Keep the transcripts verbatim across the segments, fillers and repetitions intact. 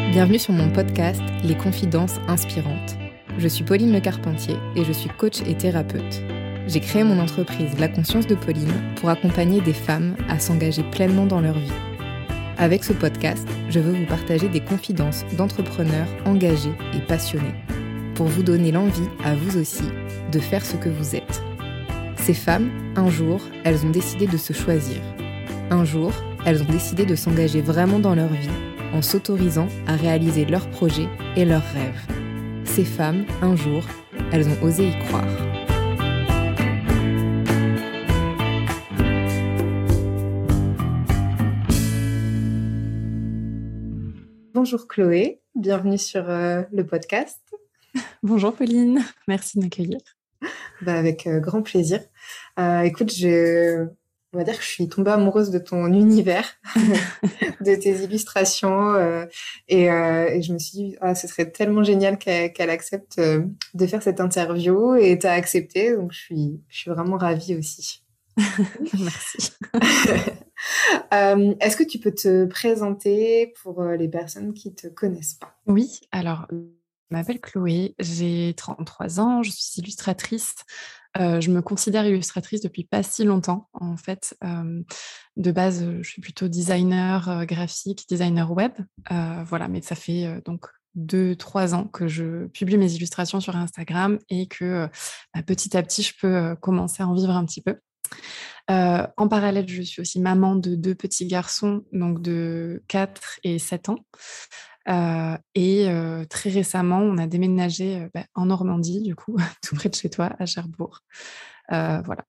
Bienvenue sur mon podcast Les Confidences Inspirantes. Je suis Pauline Le Carpentier et je suis coach et thérapeute. J'ai créé mon entreprise La Conscience de Pauline pour accompagner des femmes à s'engager pleinement dans leur vie. Avec ce podcast, je veux vous partager des confidences d'entrepreneurs engagés et passionnés pour vous donner l'envie, à vous aussi, de faire ce que vous êtes. Ces femmes, un jour, elles ont décidé de se choisir. Un jour, elles ont décidé de s'engager vraiment dans leur vie en s'autorisant à réaliser leurs projets et leurs rêves. Ces femmes, un jour, elles ont osé y croire. Bonjour Chloé, bienvenue sur euh, le podcast. Bonjour Pauline, merci de m'accueillir. Bah, avec euh, grand plaisir. Euh, écoute, je... on va dire que je suis tombée amoureuse de ton univers, de tes illustrations, euh, et, euh, et je me suis dit, ah, ce serait tellement génial qu'elle, qu'elle accepte euh, de faire cette interview, et tu as accepté, donc je suis, je suis vraiment ravie aussi. Merci. euh, est-ce que tu peux te présenter pour euh, les personnes qui ne te connaissent pas? Oui, alors, je m'appelle Chloé, j'ai trente-trois ans, je suis illustratrice. Euh, je me considère illustratrice depuis pas si longtemps, en fait. Euh, de base, je suis plutôt designer euh, graphique, designer web. Euh, voilà, mais ça fait euh, donc deux, trois ans que je publie mes illustrations sur Instagram et que euh, bah, petit à petit, je peux euh, commencer à en vivre un petit peu. Euh, en parallèle, je suis aussi maman de deux petits garçons, donc de quatre et sept ans. Euh, et euh, très récemment, on a déménagé euh, bah, en Normandie, du coup, tout près de chez toi, à Cherbourg. Euh, voilà.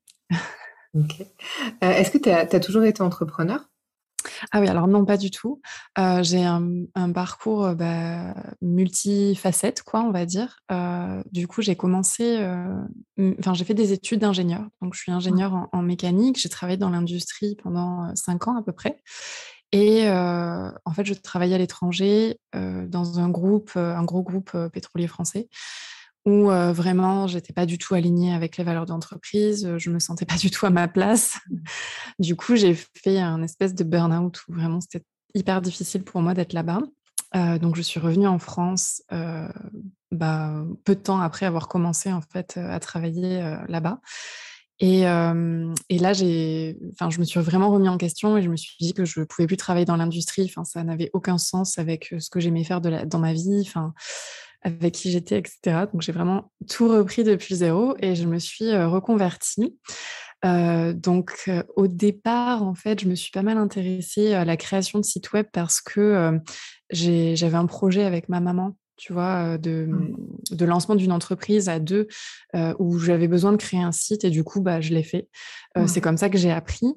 Ok. Euh, est-ce que tu as toujours été entrepreneur? Ah oui, alors non, pas du tout. Euh, j'ai un, un parcours euh, bah, multifacette, quoi, on va dire. Euh, du coup, j'ai commencé, enfin, euh, j'ai fait des études d'ingénieur. Donc, je suis ingénieure en, en mécanique. J'ai travaillé dans l'industrie pendant cinq ans à peu près. Et euh, en fait, je travaillais à l'étranger euh, dans un groupe, euh, un gros groupe euh, pétrolier français, où euh, vraiment, j'étais pas du tout alignée avec les valeurs d'entreprise. Je me sentais pas du tout à ma place. Du coup, j'ai fait un espèce de burn-out où vraiment c'était hyper difficile pour moi d'être là-bas. Euh, donc, je suis revenue en France euh, bah, peu de temps après avoir commencé en fait à travailler euh, là-bas. Et, euh, et là, j'ai, enfin, je me suis vraiment remis en question et je me suis dit que je ne pouvais plus travailler dans l'industrie. Enfin, ça n'avait aucun sens avec ce que j'aimais faire de la, dans ma vie, enfin, avec qui j'étais, et cetera. Donc, j'ai vraiment tout repris depuis zéro et je me suis euh, reconvertie. Euh, donc, euh, au départ, en fait, je me suis pas mal intéressée à la création de sites web parce que euh, j'ai, j'avais un projet avec ma maman, tu vois, de, de lancement d'une entreprise à deux euh, où j'avais besoin de créer un site et du coup, bah, je l'ai fait. Euh, ouais. C'est comme ça que j'ai appris.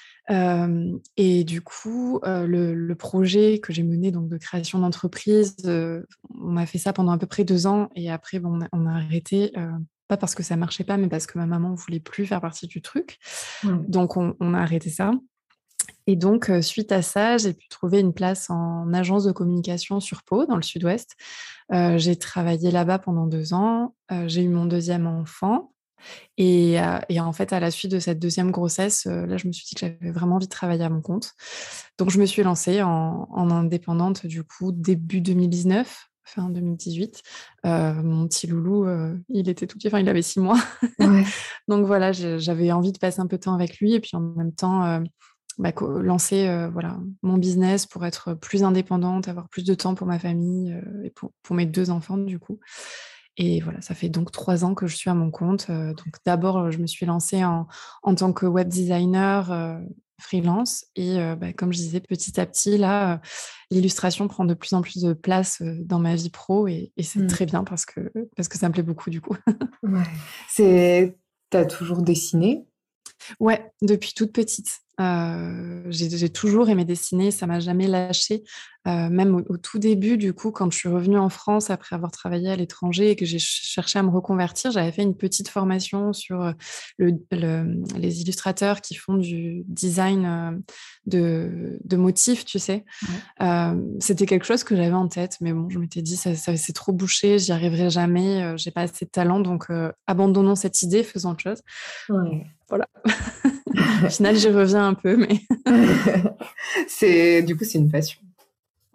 Euh, et du coup, euh, le, le projet que j'ai mené donc de création d'entreprise, euh, on a fait ça pendant à peu près deux ans et après, bon, on, a, on a arrêté. Euh, pas parce que ça marchait pas, mais parce que ma maman voulait plus faire partie du truc. Ouais. Donc, on, on a arrêté ça. Et donc, euh, suite à ça, j'ai pu trouver une place en agence de communication sur Pau, dans le sud-ouest. Euh, j'ai travaillé là-bas pendant deux ans. Euh, j'ai eu mon deuxième enfant. Et, euh, et en fait, à la suite de cette deuxième grossesse, euh, là, je me suis dit que j'avais vraiment envie de travailler à mon compte. Donc, je me suis lancée en, en indépendante, du coup, début deux mille dix-neuf. Fin deux mille dix-huit, euh, mon petit loulou, euh, il était tout petit, enfin il avait six mois. Ouais. Donc voilà, j'avais envie de passer un peu de temps avec lui et puis en même temps euh, bah, lancer euh, voilà, mon business pour être plus indépendante, avoir plus de temps pour ma famille euh, et pour, pour mes deux enfants du coup. Et voilà, ça fait donc trois ans que je suis à mon compte. Euh, donc d'abord, je me suis lancée en, en tant que web designer euh, freelance. Et euh, bah, comme je disais, petit à petit, là, euh, l'illustration prend de plus en plus de place euh, dans ma vie pro. Et, et c'est mmh. très bien parce que, parce que ça me plaît beaucoup, du coup. Ouais. C'est... T'as toujours dessiné? Ouais, depuis toute petite. Euh, j'ai, j'ai toujours aimé dessiner, ça m'a jamais lâché. Euh, même au, au tout début, du coup, quand je suis revenue en France après avoir travaillé à l'étranger et que j'ai cherché à me reconvertir, j'avais fait une petite formation sur le, le, les illustrateurs qui font du design de, de motifs, tu sais. Ouais. Euh, c'était quelque chose que j'avais en tête, mais bon, je m'étais dit, ça, ça, c'est trop bouché, j'y arriverai jamais, euh, j'ai pas assez de talent, donc euh, abandonnons cette idée, faisons autre chose. Ouais. Voilà. Au final, j'y reviens un peu, mais... c'est, du coup, c'est une passion.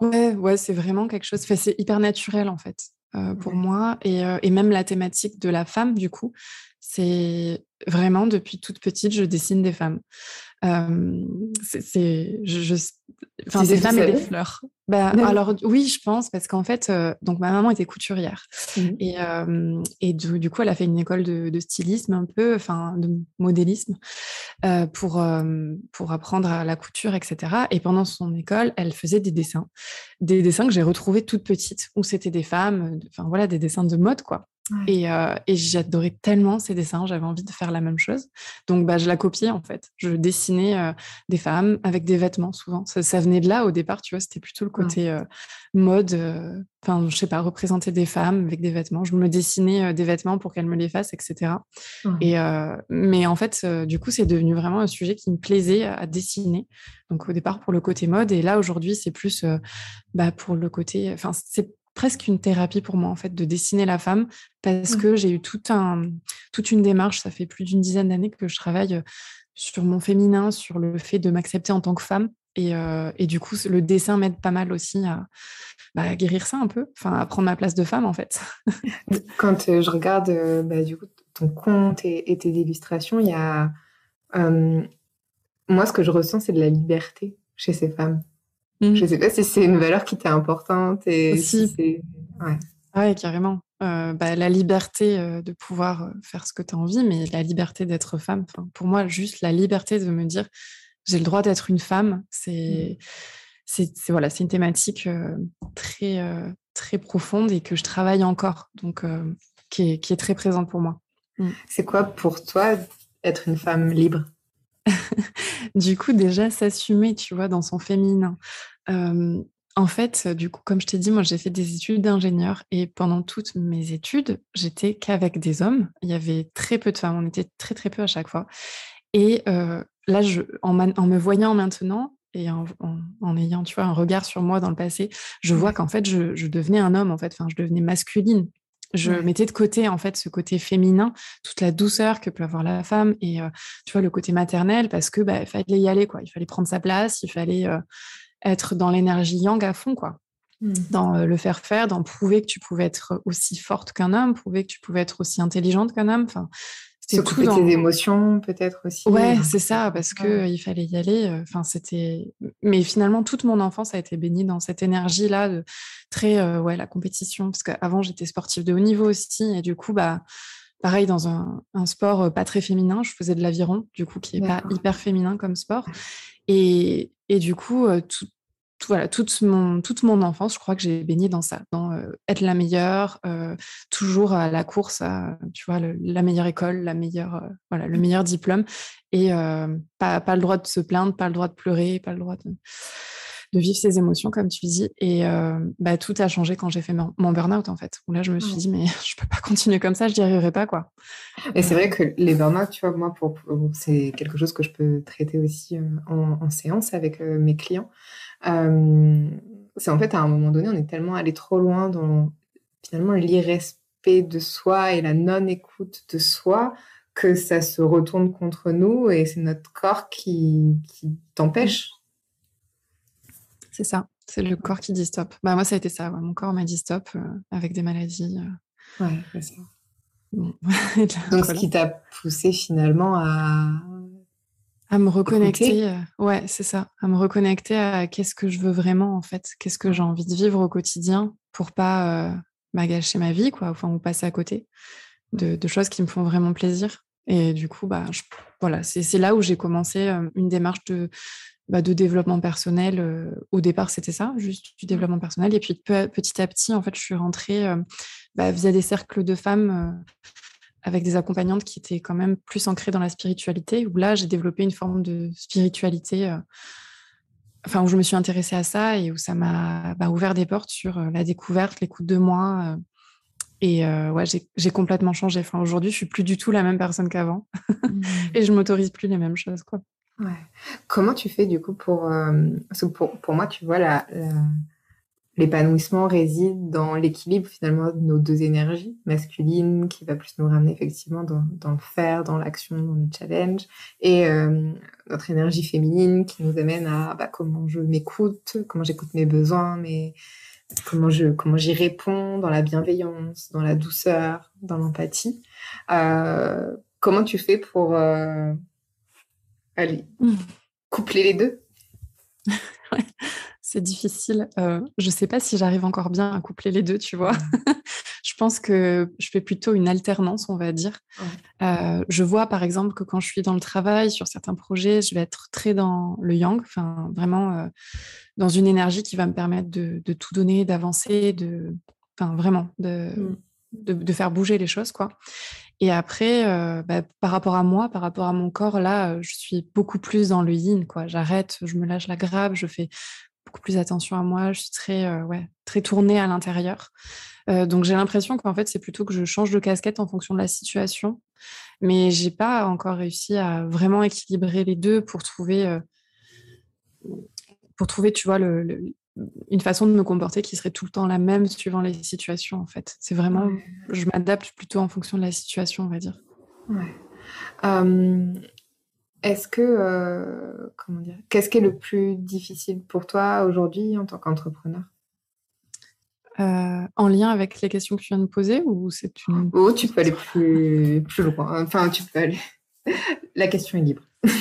Ouais, ouais, c'est vraiment quelque chose, enfin, c'est hyper naturel en fait euh, pour Ouais. moi. Et, euh, et même la thématique de la femme, du coup, c'est vraiment depuis toute petite, je dessine des femmes. Euh, c'est, c'est- je, je- enfin, Tu des sais d'où femmes et ça des vient? fleurs. Bah, D'accord. alors oui, je pense, parce qu'en fait, euh, donc ma maman était couturière. Mhm. Et, euh, et du, du coup, elle a fait une école de, de stylisme un peu, enfin, de modélisme, euh, pour, euh, pour apprendre à la couture, et cetera. Et pendant son école, elle faisait des dessins. Des dessins que j'ai retrouvés toute petite, où c'était des femmes, de- enfin voilà, des dessins de mode, quoi. Ouais. Et, euh, et j'adorais tellement ces dessins, j'avais envie de faire la même chose. Donc, bah, je la copiais, en fait. Je dessinais euh, des femmes avec des vêtements, souvent. Ça, ça venait de là, au départ, tu vois, c'était plutôt le Ouais. côté euh, mode, euh, enfin, je sais pas, représenter des femmes avec des vêtements. Je me dessinais euh, des vêtements pour qu'elles me les fassent, et cetera. Ouais. Et, euh, mais en fait, euh, du coup, c'est devenu vraiment un sujet qui me plaisait à, à dessiner. Donc, au départ, pour le côté mode. Et là, aujourd'hui, c'est plus euh, bah, pour le côté. Enfin, c'est presque une thérapie pour moi, en fait, de dessiner la femme, parce Ouais. que j'ai eu tout un, toute une démarche. Ça fait plus d'une dizaine d'années que je travaille euh, sur mon féminin, sur le fait de m'accepter en tant que femme. Et, euh, et du coup, le dessin m'aide pas mal aussi à, bah, à guérir ça un peu, enfin, à prendre ma place de femme, en fait. Quand euh, je regarde euh, bah, du coup, ton compte et, et tes illustrations, il y a... euh, moi, ce que je ressens, c'est de la liberté chez ces femmes. Je Mm. sais pas si c'est une valeur qui t'est importante et si Aussi. c'est... Ouais. Ouais, carrément. Euh, bah, la liberté euh, de pouvoir euh, faire ce que tu as envie, mais la liberté d'être femme. Enfin, pour moi, juste la liberté de me dire j'ai le droit d'être une femme, Mm. c'est c'est c'est- voilà, c'est une thématique euh, très euh, très profonde et que je travaille encore, donc euh, qui est, qui est très présente pour moi. Mm. C'est quoi pour toi être une femme libre? Du coup, déjà s'assumer, tu vois, dans son féminin. Euh, En fait, du coup, comme je t'ai dit, moi, j'ai fait des études d'ingénieur et pendant toutes mes études, j'étais qu'avec des hommes. Il y avait très peu de femmes. On était très, très peu à chaque fois. Et euh, là, je, en, man- en me voyant maintenant et en, en- en ayant, tu vois, un regard sur moi dans le passé, je vois Ouais. qu'en fait, je, je devenais un homme, en fait. Enfin, je devenais masculine. Je Ouais. mettais de côté, en fait, ce côté féminin, toute la douceur que peut avoir la femme et, euh, tu vois, le côté maternel parce que, bah, il fallait y aller, quoi. Il fallait prendre sa place, il fallait euh, être dans l'énergie yang à fond, quoi. Mm. Dans euh, le faire faire, dans prouver que tu pouvais être aussi forte qu'un homme, prouver que tu pouvais être aussi intelligente qu'un homme. Enfin, c'était tout S'occuper de tes dans, émotions, peut-être aussi. ouais, Enfin, c'est ça, parce que ouais. euh, il fallait y aller. euh, Enfin, c'était. Mais finalement, toute mon enfance a été bénie dans cette énergie-là de très, euh, ouais, la compétition. Parce qu'avant, j'étais sportive de haut niveau aussi, et du coup, bah, pareil dans un, un sport euh, pas très féminin, je faisais de l'aviron, du coup, qui est pas D'accord. hyper féminin comme sport. Et, et du coup, euh, tout, tout- voilà, toute mon, toute mon enfance, je crois que j'ai baigné dans ça, dans euh, être la meilleure, euh, toujours à la course, à, tu vois, le- la meilleure école, la meilleure, euh, voilà, le meilleur diplôme, et euh, pas, pas le droit de se plaindre, pas le droit de pleurer, pas le droit de, de vivre ses émotions, comme tu dis. Et euh, bah, tout a changé quand j'ai fait mon, mon burn-out, en fait, où là, je me suis Ouais. dit, mais je peux pas continuer comme ça, je n'y arriverai pas, quoi. Et c'est vrai Euh, que les burn-out, tu vois, moi, pour, pour- c'est quelque chose que je peux traiter aussi euh, en, en séance avec euh, mes clients. Euh, c'est en fait, à un moment donné, on est tellement allé trop loin dans finalement l'irrespect de soi et la non-écoute de soi que ça se retourne contre nous et c'est notre corps qui, qui t'empêche. c'est ça, c'est le corps qui dit stop. Bah, moi, ça a été ça, ouais. Mon corps m'a dit stop euh, avec des maladies. euh, Ouais, c'est ça. Bon. Et donc, Donc, ce voilà. qui t'a poussé finalement à À me écouter. reconnecter, euh, ouais, c'est ça, à me reconnecter à qu'est-ce que je veux vraiment en fait, qu'est-ce que j'ai Ouais. envie de vivre au quotidien pour pas euh, bah, gâcher ma vie, quoi, enfin, ou passer à côté de, de choses qui me font vraiment plaisir. Et du coup, bah, je- voilà, c'est c'est là où j'ai commencé euh, une démarche de, bah, de développement personnel. euh, au départ, c'était ça, juste du développement personnel. Et puis pe- petit à petit, en fait, je suis rentrée euh, bah, via des cercles de femmes. euh, avec des accompagnantes qui étaient quand même plus ancrées dans la spiritualité, où là, j'ai développé une forme de spiritualité, euh, enfin, où je me suis intéressée à ça et où ça m'a bah, ouvert des portes sur euh, la découverte, l'écoute de moi. euh, et euh, ouais, j'ai j'ai complètement changé. Enfin, aujourd'hui, je suis plus du tout la même personne qu'avant Mm. et je m'autorise plus les mêmes choses, quoi. Ouais. Comment tu fais du coup pour... euh, parce que pour, pour moi, tu vois, la, la, l'épanouissement réside dans l'équilibre finalement de nos deux énergies, masculine qui va plus nous ramener effectivement dans, dans le faire, dans l'action, dans le challenge, et euh, notre énergie féminine qui nous amène à bah, comment je m'écoute, comment j'écoute mes besoins, mais comment je comment j'y réponds, dans la bienveillance, dans la douceur, dans l'empathie. Euh, comment tu fais pour euh, aller Mmh. coupler les deux? Ouais, c'est difficile. Euh, je sais pas si j'arrive encore bien à coupler les deux, tu vois. Je pense que je fais plutôt une alternance, on va dire. Ouais. Euh, je vois par exemple que quand je suis dans le travail, sur certains projets, je vais être très dans le yang, enfin vraiment euh, dans une énergie qui va me permettre de, de tout donner, d'avancer, de, enfin vraiment de, Mm. de, de faire bouger les choses, quoi. Et après, euh, bah, par rapport à moi, par rapport à mon corps, là, euh, je suis beaucoup plus dans le yin, quoi. J'arrête, je me lâche la grappe, je fais beaucoup plus attention à moi, je suis très, euh, ouais, très tournée à l'intérieur. Euh, donc j'ai l'impression qu'en fait, c'est plutôt que je change de casquette en fonction de la situation, mais j'ai pas encore réussi à vraiment équilibrer les deux pour trouver, euh, pour trouver, tu vois, le, le- une façon de me comporter qui serait tout le temps la même suivant les situations, en fait. C'est vraiment, Ouais. je m'adapte plutôt en fonction de la situation, on va dire. Ouais. Euh, est-ce que, euh, comment dire, qu'est-ce qui est le plus difficile pour toi aujourd'hui en tant qu'entrepreneur? Euh, en lien avec les questions que tu viens de poser ou c'est une... Oh, tu peux aller plus, plus loin. Enfin, tu peux aller. La question est libre.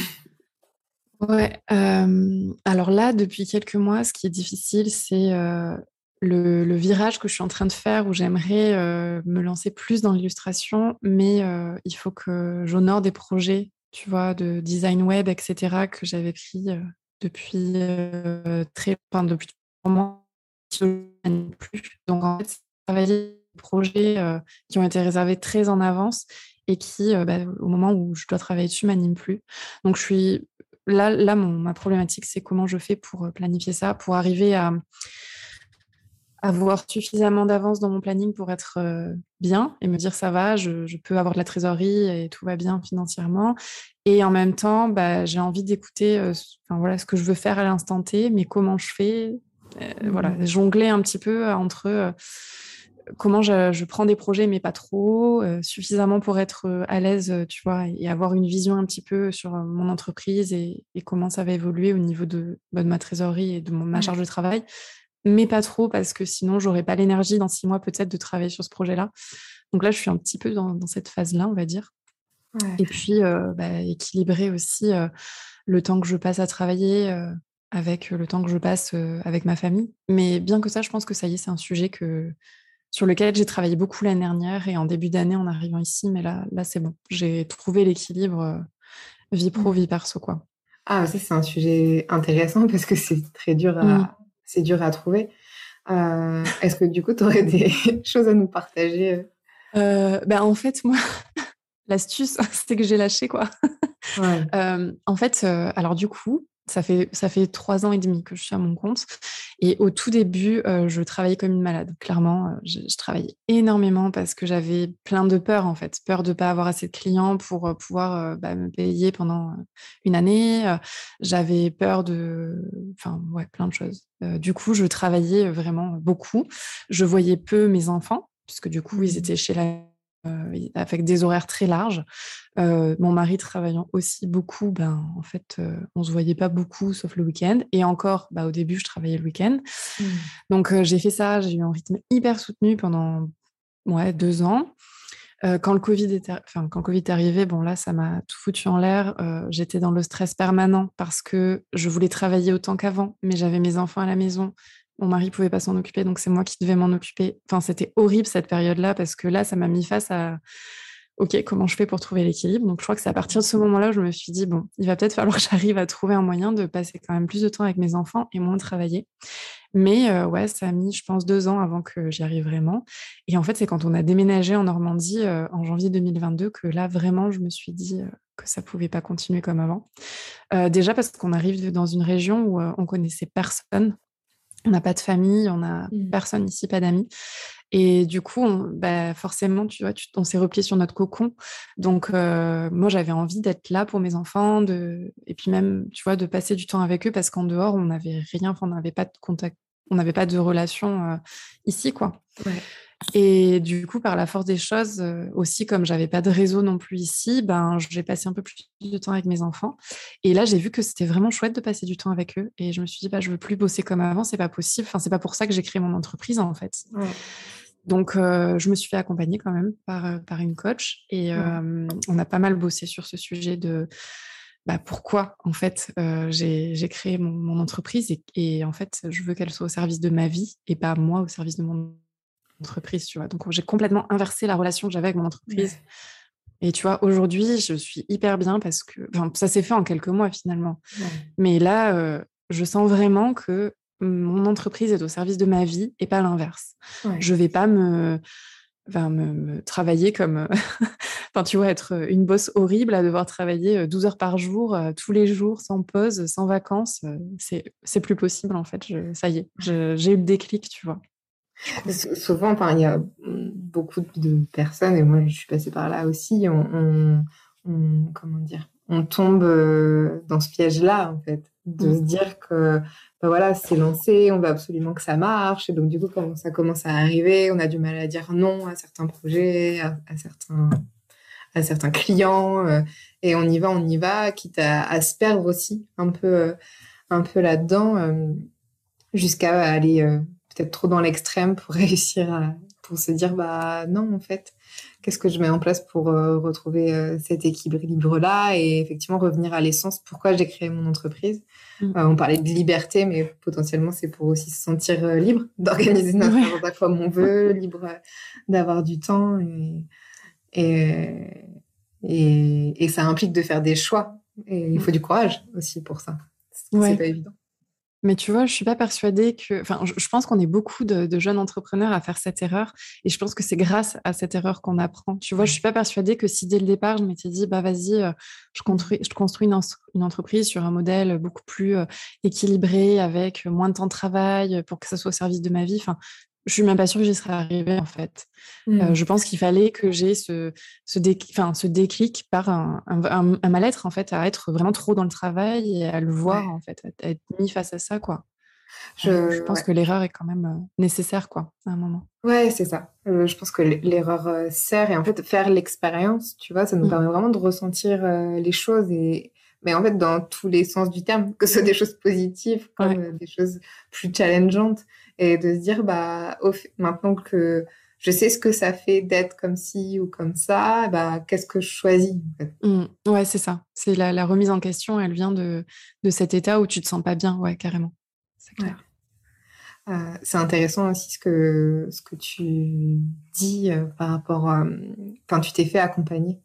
Ouais, euh, alors là, depuis quelques mois, ce qui est difficile, c'est euh, le, le virage que je suis en train de faire où j'aimerais euh, me lancer plus dans l'illustration, mais euh, il faut que j'honore des projets, tu vois, de design web, et cetera, que j'avais pris euh, depuis euh, très, enfin, depuis trois mois, qui ne m'animent plus. Donc en fait, c'est travailler des projets euh, qui ont été réservés très en avance et qui, euh, bah, au moment où je dois travailler dessus, m'animent plus. Donc je suis Là, là mon, ma problématique, c'est comment je fais pour planifier ça, pour arriver à avoir suffisamment d'avance dans mon planning pour être euh, bien et me dire ça va, je, je peux avoir de la trésorerie et tout va bien financièrement. Et en même temps, bah, j'ai envie d'écouter euh, enfin, voilà, ce que je veux faire à l'instant T, mais comment je fais. Euh, Mm. Voilà, jongler un petit peu entre euh, comment je, je prends des projets, mais pas trop, euh, suffisamment pour être euh, à l'aise, euh, tu vois, et avoir une vision un petit peu sur euh, mon entreprise et, et comment ça va évoluer au niveau de, bah, de ma trésorerie et de mon, ma Ouais. charge de travail, mais pas trop parce que sinon, j'aurais pas l'énergie dans six mois peut-être de travailler sur ce projet-là. Donc là, je suis un petit peu dans, dans cette phase-là, on va dire. Ouais. Et puis, euh, bah, équilibrer aussi euh, le temps que je passe à travailler euh, avec le temps que je passe euh, avec ma famille. Mais bien que ça, je pense que ça y est, c'est un sujet que sur lequel j'ai travaillé beaucoup l'année dernière et en début d'année en arrivant ici, mais là, là c'est bon. J'ai trouvé l'équilibre euh, vie pro, Mm. vie perso, quoi. Ah, ça, c'est un sujet intéressant parce que c'est très dur Mm. à, c'est dur à trouver. Euh, est-ce que du coup, tu aurais des choses à nous partager? Euh, ben, en fait, moi, l'astuce, c'était que j'ai lâché, quoi. Ouais. Euh, en fait, euh, alors du coup, ça fait, ça fait trois ans et demi que je suis à mon compte. Et au tout début, euh, je travaillais comme une malade. Clairement, euh, je, je travaillais énormément parce que j'avais plein de peurs, en fait. Peur de ne pas avoir assez de clients pour euh, pouvoir euh, bah, me payer pendant euh, une année. Euh, j'avais peur de... Enfin, ouais, plein de choses. Euh, du coup, je travaillais vraiment beaucoup. Je voyais peu mes enfants, puisque du coup, ils Mm. étaient chez la... euh, avec des horaires très larges. Euh, mon mari travaillant aussi beaucoup, ben, en fait, euh, on se voyait pas beaucoup, sauf le week-end. Et encore, bah, au début, je travaillais le week-end. Mm. Donc, euh, j'ai fait ça, j'ai eu un rythme hyper soutenu pendant ouais, deux ans. Euh, quand le Covid est, arri- enfin, quand le Covid est arrivé, bon, là, ça m'a tout foutu en l'air. Euh, j'étais dans le stress permanent parce que je voulais travailler autant qu'avant, mais j'avais mes enfants à la maison. Mon mari pouvait pas s'en occuper, donc c'est moi qui devais m'en occuper. Enfin, c'était horrible cette période-là parce que là, ça m'a mis face à OK, comment je fais pour trouver l'équilibre? Donc, je crois que c'est à partir de ce moment-là où je me suis dit, bon, il va peut-être falloir que j'arrive à trouver un moyen de passer quand même plus de temps avec mes enfants et moins travailler. Mais euh, ouais, ça a mis, je pense, deux ans avant que j'y arrive vraiment. Et en fait, c'est quand on a déménagé en Normandie euh, en janvier deux mille vingt-deux que là, vraiment, je me suis dit euh, que ça pouvait pas continuer comme avant. Euh, déjà parce qu'on arrive dans une région où euh, on connaissait personne. On n'a pas de famille, on n'a Mm. personne ici, pas d'amis. Et du coup, on- bah, forcément, tu vois, tu- on s'est replié sur notre cocon. Donc, euh, moi, j'avais envie d'être là pour mes enfants, de... et puis même, tu vois, de passer du temps avec eux parce qu'en dehors, on n'avait rien, enfin, on n'avait pas de contact on n'avait pas de relation euh, ici, quoi. Ouais. Et du coup, par la force des choses, euh, aussi, comme j'avais pas de réseau non plus ici, ben, j'ai passé un peu plus de temps avec mes enfants. Et là, j'ai vu que c'était vraiment chouette de passer du temps avec eux. Et je me suis dit, bah, je veux plus bosser comme avant, c'est pas possible. Enfin, c'est pas pour ça que j'ai créé mon entreprise, en fait. Ouais. Donc, euh, je me suis fait accompagner quand même par, euh, par une coach. Et euh, Ouais. on a pas mal bossé sur ce sujet de bah, pourquoi, en fait, euh, j'ai, j'ai créé mon, mon entreprise. Et, et en fait, je veux qu'elle soit au service de ma vie et pas moi au service de mon entreprise, tu vois. Donc, j'ai complètement inversé la relation que j'avais avec mon entreprise. Ouais. Et tu vois, aujourd'hui, je suis hyper bien parce que enfin, ça s'est fait en quelques mois finalement. Ouais. Mais là, euh, je sens vraiment que mon entreprise est au service de ma vie et pas l'inverse. Ouais. Je vais pas me, enfin, me, me travailler comme, enfin, tu vois, être une boss horrible à devoir travailler douze heures par jour, euh, tous les jours, sans pause, sans vacances. Euh, c'est, c'est plus possible en fait. Je, ça y est, je, j'ai eu le déclic, tu vois. Souvent, enfin, il y a beaucoup de personnes, et moi je suis passée par là aussi, on, on, on comment dire, on tombe dans ce piège-là, en fait, de mmh. se dire que ben voilà, c'est lancé, on veut absolument que ça marche, et donc du coup, quand ça commence à arriver, on a du mal à dire non à certains projets, à, à certains, à certains clients, euh, et on y va, on y va, quitte à, à se perdre aussi un peu, un peu là-dedans, euh, jusqu'à aller euh, peut-être trop dans l'extrême pour réussir à, pour se dire bah non en fait qu'est-ce que je mets en place pour euh, retrouver euh, cet équilibre là et effectivement revenir à l'essence pourquoi j'ai créé mon entreprise. mmh. euh, on parlait de liberté mais potentiellement c'est pour aussi se sentir euh, libre d'organiser notre ouais. agenda comme on veut, libre euh, d'avoir du temps et, et, et, et ça implique de faire des choix et il faut du courage aussi pour ça, c'est, ouais. c'est pas évident. Mais tu vois, je suis pas persuadée que... Enfin, je, je pense qu'on est beaucoup de, de jeunes entrepreneurs à faire cette erreur. Et je pense que c'est grâce à cette erreur qu'on apprend. Tu vois, je suis pas persuadée que si dès le départ, je m'étais dit, bah vas-y, euh, je construis, je construis une, une entreprise sur un modèle beaucoup plus euh, équilibré, avec moins de temps de travail, pour que ça soit au service de ma vie. Enfin, je suis même pas sûre que j'y serais arrivée, en fait. Mmh. Euh, je pense qu'il fallait que j'ai ce, ce, dé, enfin, ce déclic par un, un, un mal-être, en fait, à être vraiment trop dans le travail et à le voir, ouais. en fait, à être mis face à ça, quoi. Je, euh, je pense ouais. que l'erreur est quand même euh, nécessaire, quoi, à un moment. Ouais, c'est ça. Euh, je pense que l'erreur euh, sert et en fait, faire l'expérience, tu vois, ça nous mmh. permet vraiment de ressentir euh, les choses et... Mais en fait, dans tous les sens du terme, que ce soit des choses positives comme ouais. des choses plus challengeantes et de se dire, bah, au f... maintenant que je sais ce que ça fait d'être comme ci ou comme ça, bah, qu'est-ce que je choisis en fait. mmh. Ouais, c'est ça. C'est la, la remise en question, elle vient de, de cet état où tu te sens pas bien, ouais, carrément. C'est clair. Ouais. Euh, c'est intéressant aussi ce que, ce que tu dis euh, par rapport à... Enfin, tu t'es fait accompagner.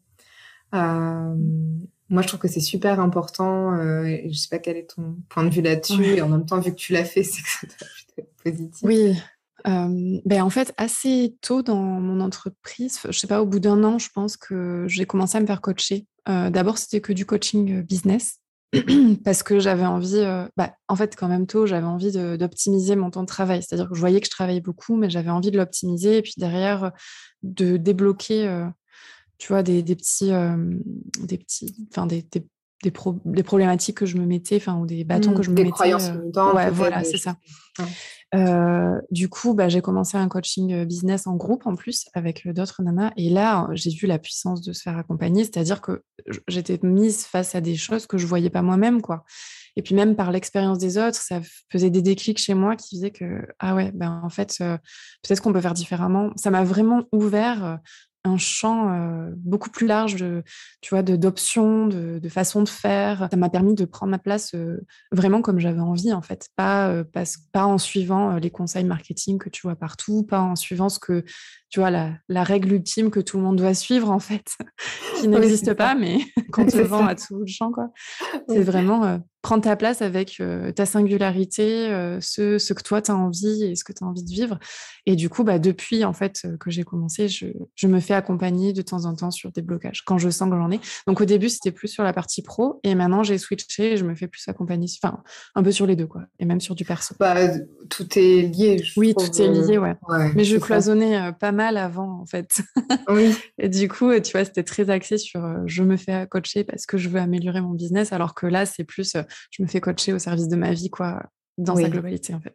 Euh, mmh. Moi, je trouve que c'est super important. Euh, et je sais pas quel est ton point de vue là-dessus. Ouais. Et en même temps, vu que tu l'as fait, c'est que ça doit être positif. Oui. Euh, ben en fait, assez tôt dans mon entreprise, je sais pas, au bout d'un an, je pense que j'ai commencé à me faire coacher. Euh, d'abord, c'était que du coaching business parce que j'avais envie, euh, bah, en fait, quand même tôt, j'avais envie de, d'optimiser mon temps de travail. C'est-à-dire que je voyais que je travaillais beaucoup, mais j'avais envie de l'optimiser et puis derrière, de débloquer, euh, tu vois, des, des petits, euh, des petits, enfin, des, des Des, pro- des problématiques que je me mettais, enfin, ou des bâtons mmh, que je me des mettais. Des croyances limitantes. Ouais, voilà, c'est ça. Ouais. Euh, du coup, bah, j'ai commencé un coaching business en groupe en plus avec d'autres nanas. Et là, j'ai vu la puissance de se faire accompagner. C'est-à-dire que j'étais mise face à des choses que je ne voyais pas moi-même, quoi. Et puis même par l'expérience des autres, ça faisait des déclics chez moi qui faisaient que, ah ouais, ben en fait, euh, peut-être qu'on peut faire différemment. Ça m'a vraiment ouvert euh, un champ euh, beaucoup plus large de, tu vois, de, d'options, de, de façons de faire. Ça m'a permis de prendre ma place euh, vraiment comme j'avais envie, en fait. Pas, euh, pas, pas en suivant euh, les conseils marketing que tu vois partout, pas en suivant ce que, tu vois, la, la règle ultime que tout le monde doit suivre, en fait, qui n'existe oui, pas, mais qu'on te vend à tout le champ, quoi. Oui. C'est vraiment euh, prendre ta place avec euh, ta singularité, euh, ce, ce que toi, tu as envie et ce que tu as envie de vivre. Et du coup, bah, depuis, en fait, euh, que j'ai commencé, je, je me fais accompagner de temps en temps sur des blocages, quand je sens que j'en ai. Donc, au début, c'était plus sur la partie pro. Et maintenant, j'ai switché et je me fais plus accompagner, enfin, un peu sur les deux, quoi. Et même sur du perso. Bah, tout est lié, je Oui, trouve, tout est lié, ouais. ouais Mais je cloisonnais euh, pas mal avant, en fait. Oui. Et du coup, tu vois, c'était très axé sur euh, je me fais coacher parce que je veux améliorer mon business, alors que là, c'est plus euh, je me fais coacher au service de ma vie, quoi, dans oui. sa globalité, en fait.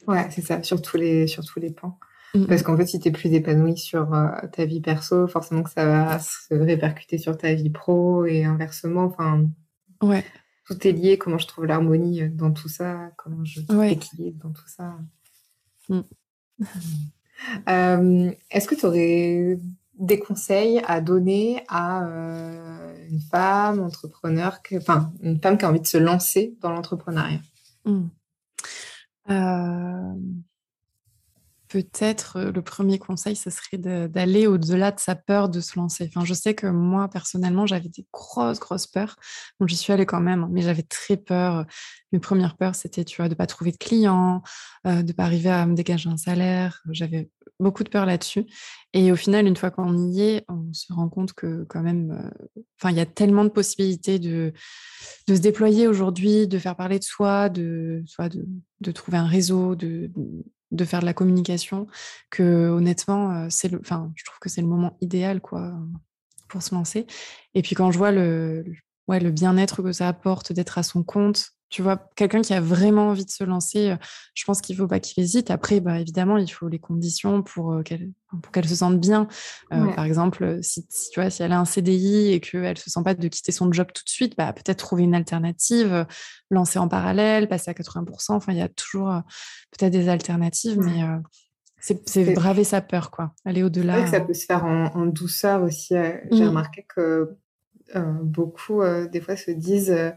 Ouais, c'est ça, sur tous les, sur tous les pans. Mmh Parce mh. qu'en fait, si tu es plus épanouie sur euh, ta vie perso, forcément que ça va se répercuter sur ta vie pro et inversement. Enfin, Ouais, tout est lié. Comment je trouve l'harmonie euh, dans tout ça, comment je trouve ouais. l'équilibre dans tout ça. Mmh. Euh, est-ce que tu aurais des conseils à donner à euh, une femme entrepreneur, que, enfin, une femme qui a envie de se lancer dans l'entrepreneuriat? Mmh. Hem, Peut-être, heu, le premier conseil, ce serait de d'aller au-delà de sa peur de se lancer. Enfin, je sais que moi, personnellement, j'avais des grosses, grosses peurs. Bon, j'y suis allée quand même, hein, mais j'avais très peur. Mes premières peurs, c'était, tu vois, de pas trouver de clients, heu, de pas arriver à me dégager un salaire. J'avais beaucoup de peur là-dessus et au final, une fois qu'on y est, on se rend compte que quand même, heu, enfin, il y a tellement de possibilités de de se déployer aujourd'hui, de faire parler de soi, de soit de de trouver un réseau, de de faire de la communication, que honnêtement, heu, c'est le enfin, je trouve que c'est le moment idéal, quoi, pour se lancer. Et puis quand je vois le ouais, le bien-être que ça apporte d'être à son compte, tu vois? Quelqu'un qui a vraiment envie de se lancer, heu, je pense qu'il faut pas qu'il hésite. Après, bah, évidemment, il faut les conditions pour, heu, qu'elle enfin, pour qu'elle se sente bien. Heu, Ouais, par exemple, heu, si si tu vois, si elle a un C D I et qu'elle se sent pas de quitter son job tout de suite, bah, peut-être trouver une alternative, heu, lancer en parallèle, passer à quatre-vingts. Enfin, il y a toujours, heu, peut-être des alternatives, mais, ouais. heu, c'est c'est C'est braver sa peur, quoi. Aller c'est vrai que au-delà, ça heu peut se faire en, en douceur aussi. euh, J'ai mmh, remarqué que euh, beaucoup, euh, des fois, se disent euh,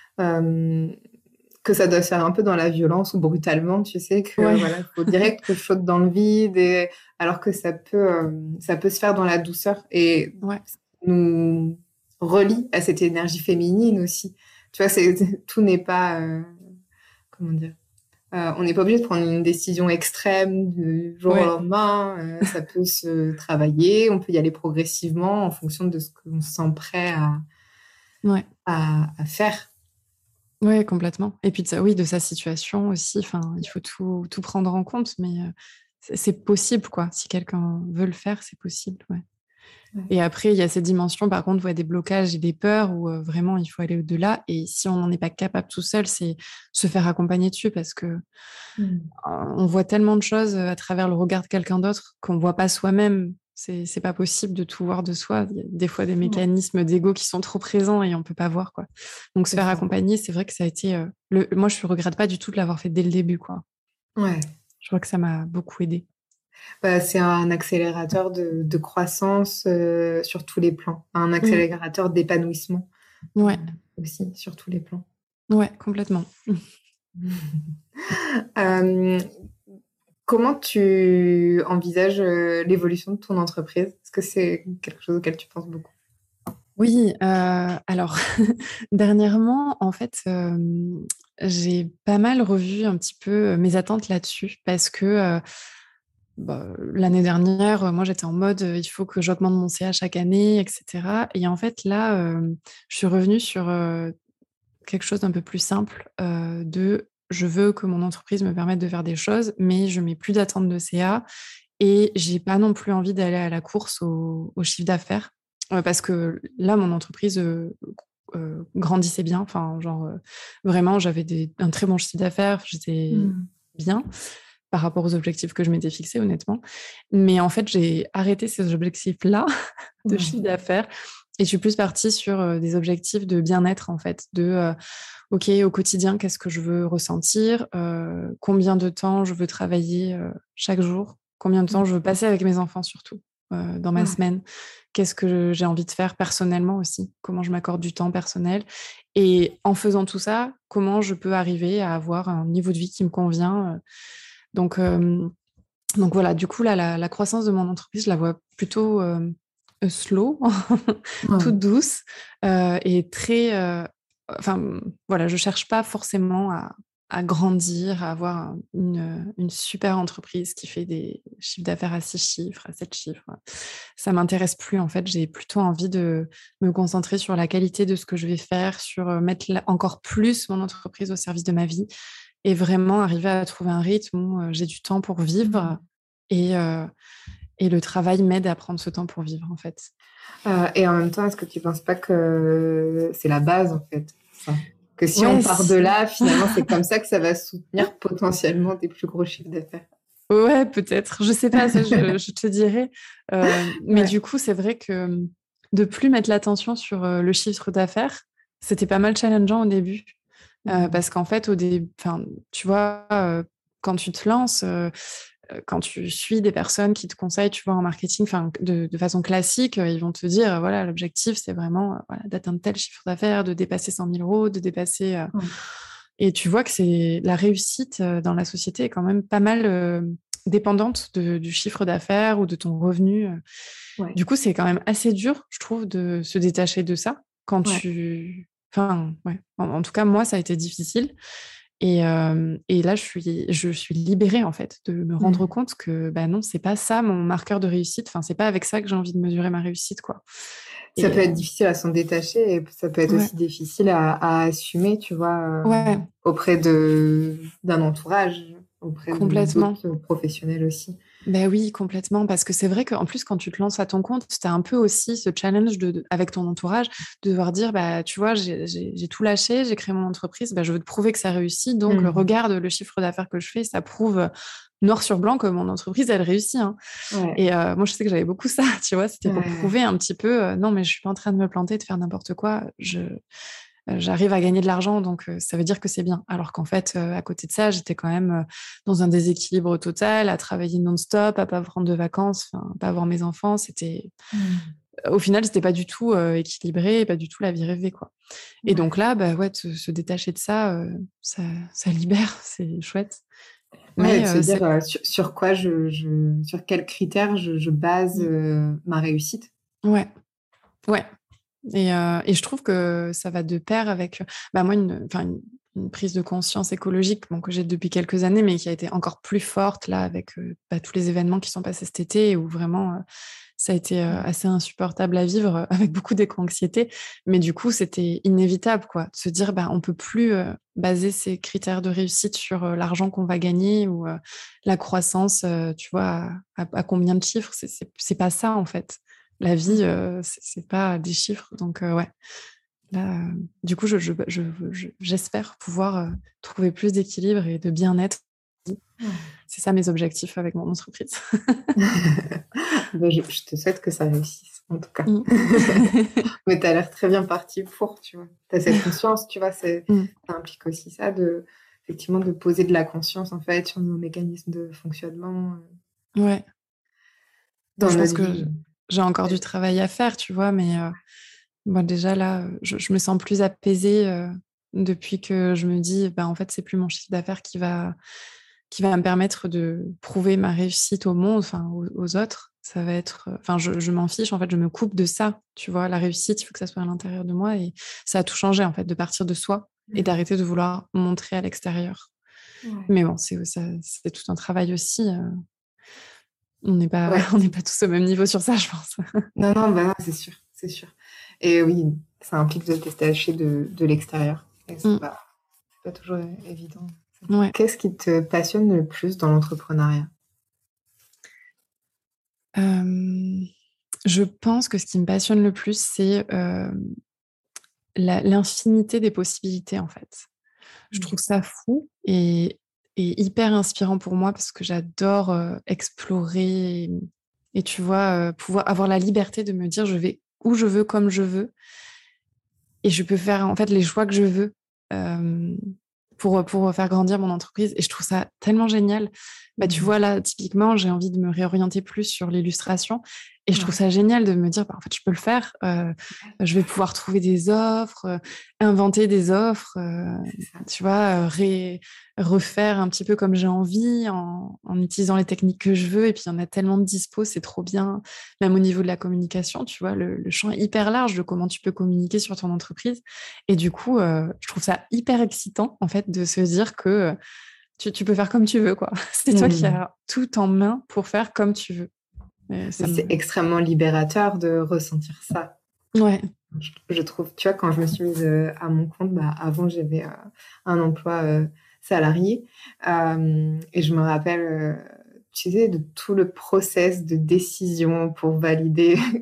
euh, que ça doit se faire un peu dans la violence ou brutalement, tu sais, que ouais, voilà, il faut direct que je saute dans le vide, et, alors que ça peut, euh, ça peut se faire dans la douceur et ouais, nous relie à cette énergie féminine aussi. Tu vois, c'est, tout n'est pas, euh, comment dire, euh, on n'est pas obligé de prendre une décision extrême du jour au ouais, lendemain. Euh, ça peut se travailler, on peut y aller progressivement en fonction de ce qu'on se sent prêt à, ouais. à, à faire. Ouais, complètement. Et puis de ça, oui, de sa situation aussi. Enfin, il faut tout, tout prendre en compte, mais euh, c'est c'est possible, quoi. Si quelqu'un veut le faire, c'est possible, ouais. Ouais. Et après, il y a ces dimensions, par contre, où il y a des blocages et des peurs où euh, vraiment il faut aller au-delà. Et si on n'en est pas capable tout seul, c'est se faire accompagner dessus parce que euh, Mm. on voit tellement de choses à travers le regard de quelqu'un d'autre qu'on voit pas soi-même. C'est, c'est pas possible de tout voir de soi. Il y a des fois des Ouais, mécanismes d'ego qui sont trop présents et on peut pas voir, quoi. Donc se c'est faire ça. accompagner, c'est vrai que ça a été. euh, le... Moi, je regrette pas du tout de l'avoir fait dès le début, quoi. Ouais. Je crois que ça m'a beaucoup aidé. Bah, c'est un accélérateur de, de croissance euh, sur tous les plans, un Mm. accélérateur d'épanouissement euh, Ouais, aussi sur tous les plans. ouais, complètement. Euh, comment tu envisages euh, l'évolution de ton entreprise? Est-ce que c'est quelque chose auquel tu penses beaucoup? Oui, euh, alors dernièrement, en fait, euh, j'ai pas mal revu un petit peu mes attentes là-dessus parce que euh, bah, l'année dernière, euh, moi j'étais en mode euh, il faut que j'augmente mon C A chaque année, et cetera. Et en fait, là, euh, je suis revenue sur euh, quelque chose d'un peu plus simple euh, de je veux que mon entreprise me permette de faire des choses, mais je mets plus d'attente de C A et j'ai pas non plus envie d'aller à la course au, au chiffre d'affaires. Euh, parce que là, mon entreprise euh, euh, grandissait bien. Enfin, genre, euh, vraiment, j'avais des- un très bon chiffre d'affaires. J'étais Mm. bien par rapport aux objectifs que je m'étais fixés, honnêtement. Mais en fait, j'ai arrêté ces objectifs-là de chiffre Ouais. d'affaires et je suis plus partie sur euh, des objectifs de bien-être, en fait, de, euh, OK, au quotidien, qu'est-ce que je veux ressentir, euh, combien de temps je veux travailler euh, chaque jour, combien de temps je veux passer avec mes enfants, surtout, euh, dans ma Ouais. semaine, qu'est-ce que j'ai envie de faire personnellement aussi, comment je m'accorde du temps personnel. Et en faisant tout ça, comment je peux arriver à avoir un niveau de vie qui me convient. euh, donc, euh, donc voilà, du coup, là, la, la croissance de mon entreprise, je la vois plutôt euh, euh, slow, Ouais. toute douce euh, et très. euh, Enfin, voilà, je cherche pas forcément à, à grandir, à avoir un- une, une super entreprise qui fait des chiffres d'affaires à six chiffres, à sept chiffres. Ça m'intéresse plus, en fait. J'ai plutôt envie de me concentrer sur la qualité de ce que je vais faire, sur euh, mettre la- encore plus mon entreprise au service de ma vie et vraiment arriver à trouver un rythme où euh, j'ai du temps pour vivre Mm. et, euh, et le travail m'aide à prendre ce temps pour vivre, en fait. Euh, et en même temps, est-ce que tu penses pas que c'est la base, en fait, ça? Que si Ouais, on part si. de là, finalement, c'est comme ça que ça va soutenir potentiellement des plus gros chiffres d'affaires. Ouais, peut-être. Je sais pas, ça, je, je te dirais. Euh, mais Ouais. du coup, c'est vrai que de plus mettre l'attention sur euh, le chiffre d'affaires, c'était pas mal challengeant au début. Euh, Mmh. parce qu'en fait, au début, enfin, tu vois, euh, quand tu te lances, euh, euh, quand tu suis des personnes qui te conseillent, tu vois, en marketing, enfin, de, de façon classique, euh, ils vont te dire, euh, voilà, l'objectif, c'est vraiment, euh, voilà, d'atteindre tel chiffre d'affaires, de dépasser cent mille euros, de dépasser. euh, Ouais. Et tu vois que c'est la réussite euh, dans la société est quand même pas mal euh, dépendante de- du chiffre d'affaires ou de ton revenu. euh. Ouais. Du coup, c'est quand même assez dur, je trouve, de se détacher de ça quand Ouais. tu. Enfin, ouais. En, en tout cas, moi, ça a été difficile. Et, euh, et là, je suis, je suis libérée, en fait, de me rendre Mmh. compte que, bah non, c'est pas ça mon marqueur de réussite. Enfin, c'est pas avec ça que j'ai envie de mesurer ma réussite, quoi. Ça peut Et être difficile à s'en détacher et ça peut être ouais, aussi difficile à, à assumer, tu vois, euh, ouais, auprès de d'un entourage, auprès de complètement. d'autres professionnels aussi. Ben oui, complètement. Parce que c'est vrai qu'en plus, quand tu te lances à ton compte, tu as un peu aussi ce challenge de, de- avec ton entourage de devoir dire, bah, tu vois, j'ai j'ai- j'ai tout lâché, j'ai créé mon entreprise, bah, je veux te prouver que ça réussit. Donc, euh, Mmh. regarde le chiffre d'affaires que je fais, ça prouve euh, noir sur blanc que mon entreprise, elle réussit, hein. Ouais. Et euh, moi, je sais que j'avais beaucoup ça, tu vois, c'était pour Ouais. prouver un petit peu, euh, non, mais je suis pas en train de me planter, de faire n'importe quoi. Je, euh, j'arrive à gagner de l'argent, donc euh, ça veut dire que c'est bien. Alors qu'en fait, euh, à côté de ça, j'étais quand même euh, dans un déséquilibre total, à travailler non-stop, à pas prendre de vacances, enfin, pas voir mes enfants. C'était, Mmh. au final, c'était pas du tout euh, équilibré, pas du tout la vie rêvée, quoi. Et donc Ouais. là, bah ouais, de se, se détacher de ça, euh, ça, ça libère, c'est chouette. Ouais, et de Mais se euh, dire c'est, euh, sur, sur quoi je, je sur quels critères je, je base euh, ma réussite. ouais, ouais. Et, euh, et je trouve que ça va de pair avec, bah moi, une, enfin, une, une prise de conscience écologique bon, que j'ai depuis quelques années, mais qui a été encore plus forte là avec euh, bah, tous les événements qui sont passés cet été où vraiment euh, ça a été euh, assez insupportable à vivre euh, avec beaucoup d'éco-anxiété. Mais du coup, c'était inévitable quoi, de se dire bah, on peut plus euh, baser ces critères de réussite sur euh, l'argent qu'on va gagner ou euh, la croissance, euh, tu vois, à, à, à combien de chiffres. C'est, c'est, c'est pas ça en fait. La vie, euh, c'est c'est pas des chiffres. Donc, euh, ouais, là, euh, du coup, je, je, je, je- j'espère pouvoir euh, trouver plus d'équilibre et de bien-être. Ouais. C'est ça mes objectifs avec mon entreprise. Ben, je, je te souhaite que ça réussisse, en tout cas. Mm. Mais tu as l'air très bien parti pour, tu vois. Tu as cette conscience, tu vois, c'est, Mm. ça implique aussi ça, de, effectivement, de poser de la conscience, en fait, sur nos mécanismes de fonctionnement euh, Ouais, dans je pense notre que vie. j'ai encore du Ouais. travail à faire, tu vois, mais euh, moi, déjà là, euh, je, je me sens plus apaisée euh, depuis que je me dis, bah, en fait, c'est plus mon chiffre d'affaires qui va, qui va me permettre de prouver ma réussite au monde, enfin aux, aux autres. Ça va être, enfin, je, je m'en fiche, en fait, je me coupe de ça, tu vois. La réussite, il faut que ça soit à l'intérieur de moi et ça a tout changé, en fait, de partir de soi et Mm. d'arrêter de vouloir montrer à l'extérieur. Ouais. Mais bon, c'est, ça, c'est tout un travail aussi. euh, On n'est pas, Ouais. on n'est pas tous au même niveau sur ça, je pense. Non, non, bah, non, c'est sûr, c'est sûr. Et oui, ça implique de se détacher de, de l'extérieur. Et c'est Mm. pas, c'est pas toujours euh, évident. Ouais. Qu'est-ce qui te passionne le plus dans l'entrepreneuriat? Euh, je pense que ce qui me passionne le plus, c'est euh, la- l'infinité des possibilités, en fait. Je trouve ça fou et, et hyper inspirant pour moi parce que j'adore euh, explorer et, et tu vois, euh, pouvoir avoir la liberté de me dire je vais où je veux, comme je veux et je peux faire en fait les choix que je veux euh, pour, pour faire grandir mon entreprise. Et je trouve ça tellement génial. Bah, tu Mhm. vois, là, typiquement, j'ai envie de me réorienter plus sur l'illustration. Et je trouve Ouais. ça génial de me dire, bah, en fait, je peux le faire. Euh, je vais pouvoir trouver des offres, euh, inventer des offres, euh, C'est ça. tu vois, euh, ré- refaire un petit peu comme j'ai envie en, en utilisant les techniques que je veux. Et puis, il y en a tellement de dispo, c'est trop bien. Même au niveau de la communication, tu vois, le, le champ est hyper large de comment tu peux communiquer sur ton entreprise. Et du coup, euh, je trouve ça hyper excitant, en fait, de se dire que euh, tu, tu peux faire comme tu veux, quoi. C'est toi qui Mhm. as tout en main pour faire comme tu veux. Et ça Mais me... c'est extrêmement libérateur de ressentir ça. Ouais. Je, je trouve, tu vois, quand je me suis mise euh, à mon compte, bah, avant j'avais euh, un emploi euh, salarié euh, et je me rappelle, euh, tu sais, de tout le process de décision pour valider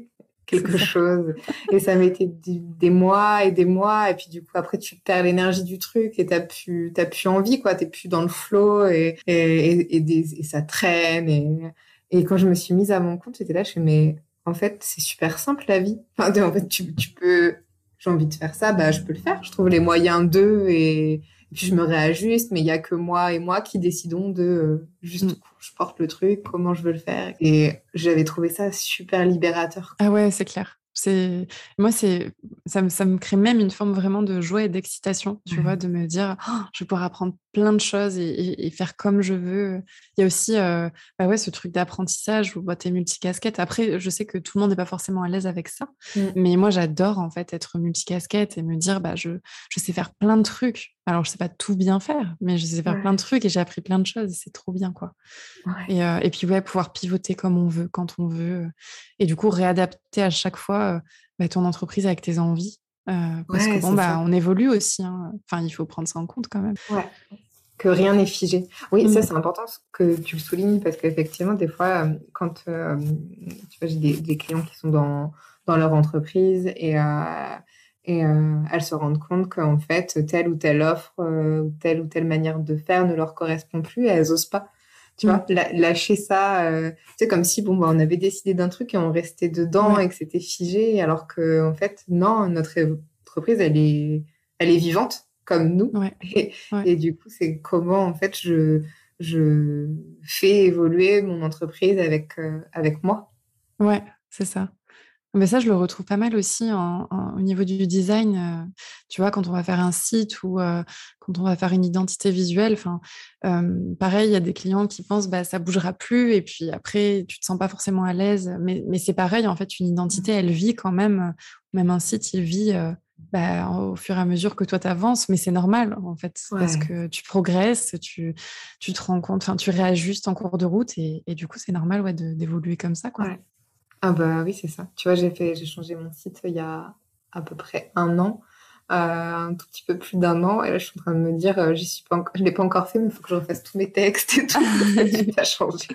quelque chose. Et ça mettait des mois et des mois. Et puis, du coup, après, tu perds l'énergie du truc et t'as plus, t'as plus envie, quoi. T'es plus dans le flow et, et, et, et, des, et ça traîne. Et, et quand je me suis mise à mon compte, j'étais là, je fais, mais en fait, c'est super simple, la vie. Enfin, en fait, tu, tu peux, j'ai envie de faire ça, bah, je peux le faire. Je trouve les moyens d'eux et, et puis je me réajuste, mais il y a que moi et moi qui décidons de euh, juste Mm. où je porte le truc, comment je veux le faire. Et j'avais trouvé ça super libérateur. Ah ouais, c'est clair. C'est... Moi, c'est... Ça, me, ça me crée même une forme vraiment de joie et d'excitation, tu Ouais. vois, de me dire, oh, je vais pouvoir apprendre plein de choses et, et, et faire comme je veux. Il y a aussi euh, bah ouais, ce truc d'apprentissage où bah, tu es multicasquette. Après, je sais que tout le monde n'est pas forcément à l'aise avec ça, Mm. mais moi, j'adore en fait être multicasquette et me dire, bah, je, je sais faire plein de trucs. Alors, je sais pas tout bien faire, mais je sais faire Ouais. plein de trucs et j'ai appris plein de choses. C'est trop bien, quoi. Ouais. Et, euh, et puis, ouais, pouvoir pivoter comme on veut, quand on veut. Et du coup, réadapter à chaque fois euh, bah, ton entreprise avec tes envies. Euh, parce Ouais, que bon, c'est bah, ça. on évolue aussi. Hein. Enfin, il faut prendre ça en compte quand même. Ouais. Que rien n'est figé. Oui, Mm. ça, c'est important que tu le soulignes parce qu'effectivement, des fois, euh, quand euh, tu vois, j'ai des, des clients qui sont dans, dans leur entreprise et, euh, et euh, elles se rendent compte qu'en fait, telle ou telle offre euh, ou telle ou telle manière de faire ne leur correspond plus et elles n'osent pas. Tu Mm. vois, la- lâcher ça, euh, c'est comme si bon, bah, on avait décidé d'un truc et on restait dedans Ouais. et que c'était figé, alors que en fait, non, notre entreprise, elle est, elle est vivante comme nous. Ouais. Et, Ouais. et du coup, c'est comment en fait je, je fais évoluer mon entreprise avec, euh, avec moi. Ouais, c'est ça. Mais ça, je le retrouve pas mal aussi en, en- au niveau du design. euh, tu vois, quand on va faire un site ou euh, quand on va faire une identité visuelle, enfin, euh, pareil, il y a des clients qui pensent bah ça bougera plus et puis après tu te sens pas forcément à l'aise. Mais, mais c'est pareil, en fait, une identité, elle vit quand même. Même un site, il vit euh, bah, au fur et à mesure que toi t'avances. Mais c'est normal, en fait, parce Ouais. que tu progresses, tu, tu te rends compte, enfin, tu réajustes en cours de route et, et du coup, c'est normal, ouais, de- d'évoluer comme ça, quoi. Ouais. Ah bah oui, c'est ça. Tu vois, j'ai fait, j'ai changé mon site il y a à peu près un an, euh, un tout petit peu plus d'un an. Et là, je suis en train de me dire, euh, j'y suis pas encore, je l'ai pas encore fait, mais il faut que je refasse tous mes textes et tout. Ça a changé.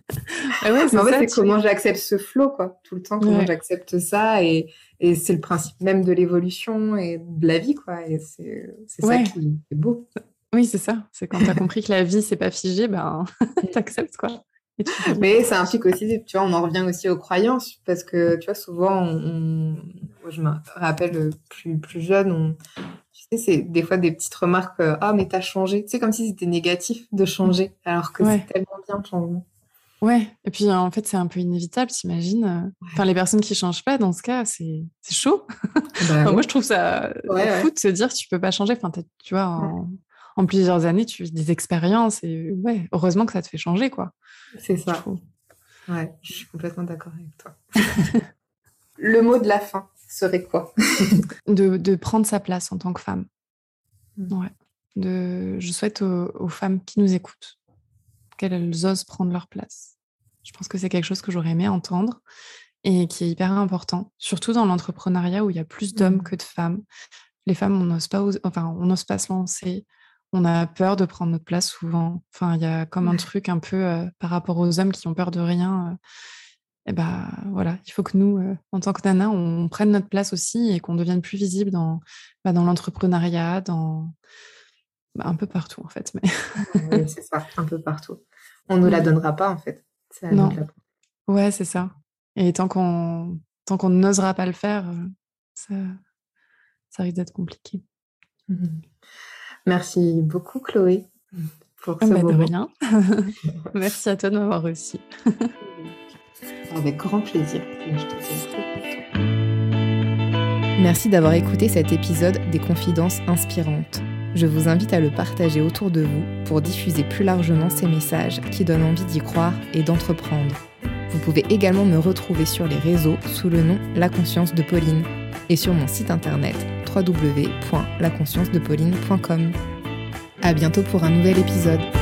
Ah ouais, c'est Mais en fait, ça, c'est tu- comment j'accepte ce flow, quoi, tout le temps, comment Ouais. j'accepte ça. Et, et c'est le principe même de l'évolution et de la vie, quoi. Et c'est, c'est Ouais. ça qui est beau. Oui, c'est ça. C'est quand tu as compris que la vie, c'est pas figé, ben, t'acceptes, quoi. Et tu vis. Mais ça implique aussi, tu vois, on en revient aussi aux croyances, parce que, tu vois, souvent, on, on- moi, je me rappelle plus, plus jeune, on, tu sais, c'est des fois des petites remarques, euh, ah, mais t'as changé. Tu sais, comme si c'était négatif de changer, alors que Ouais. c'est tellement bien le changement. Ouais. Et puis, en fait, c'est un peu inévitable, t'imagines. euh. Enfin, les personnes qui changent pas, dans ce cas, c'est c'est chaud. Bah, Enfin, ouais. moi, je trouve ça Ouais, fou ouais. de se dire que tu peux pas changer. Enfin, t'as- tu vois, en, en plusieurs années, tu vis des expériences et ouais, heureusement que ça te fait changer, quoi. C'est Je ça. trouve. Ouais, je suis complètement d'accord avec toi. Le mot de la fin serait quoi? De, de prendre sa place en tant que femme. Mm. Ouais. De, je souhaite aux, aux femmes qui nous écoutent qu'elles osent prendre leur place. Je pense que c'est quelque chose que j'aurais aimé entendre et qui est hyper important, surtout dans l'entrepreneuriat où il y a plus d'hommes Mm. que de femmes. Les femmes, on n'ose pas, os- enfin, on n'ose pas se lancer. On a peur de prendre notre place souvent. Enfin, il y a comme un Ouais. truc un peu euh, par rapport aux hommes qui ont peur de rien. Et ben voilà, il faut que nous, euh, en tant que nana, on prenne notre place aussi et qu'on devienne plus visible dans, bah, dans l'entrepreneuriat, dans bah, un peu partout en fait. Mais Oui, c'est ça, un peu partout. On ne nous la Mm. donnera pas, en fait. C'est à nous de non, la prendre. ouais, c'est ça. Et tant qu'on tant qu'on n'osera pas le faire, euh, ça, ça risque d'être compliqué. Mhm. Merci beaucoup, Chloé, pour Ah ce bah, de moment. rien. Merci à toi de m'avoir reçu. Avec grand plaisir. Et je te dis à très bientôt. Merci d'avoir écouté cet épisode des Confidences inspirantes. Je vous invite à le partager autour de vous pour diffuser plus largement ces messages qui donnent envie d'y croire et d'entreprendre. Vous pouvez également me retrouver sur les réseaux sous le nom La Conscience de Pauline et sur mon site internet w w w point la conscience de pauline point com. À bientôt pour un nouvel épisode.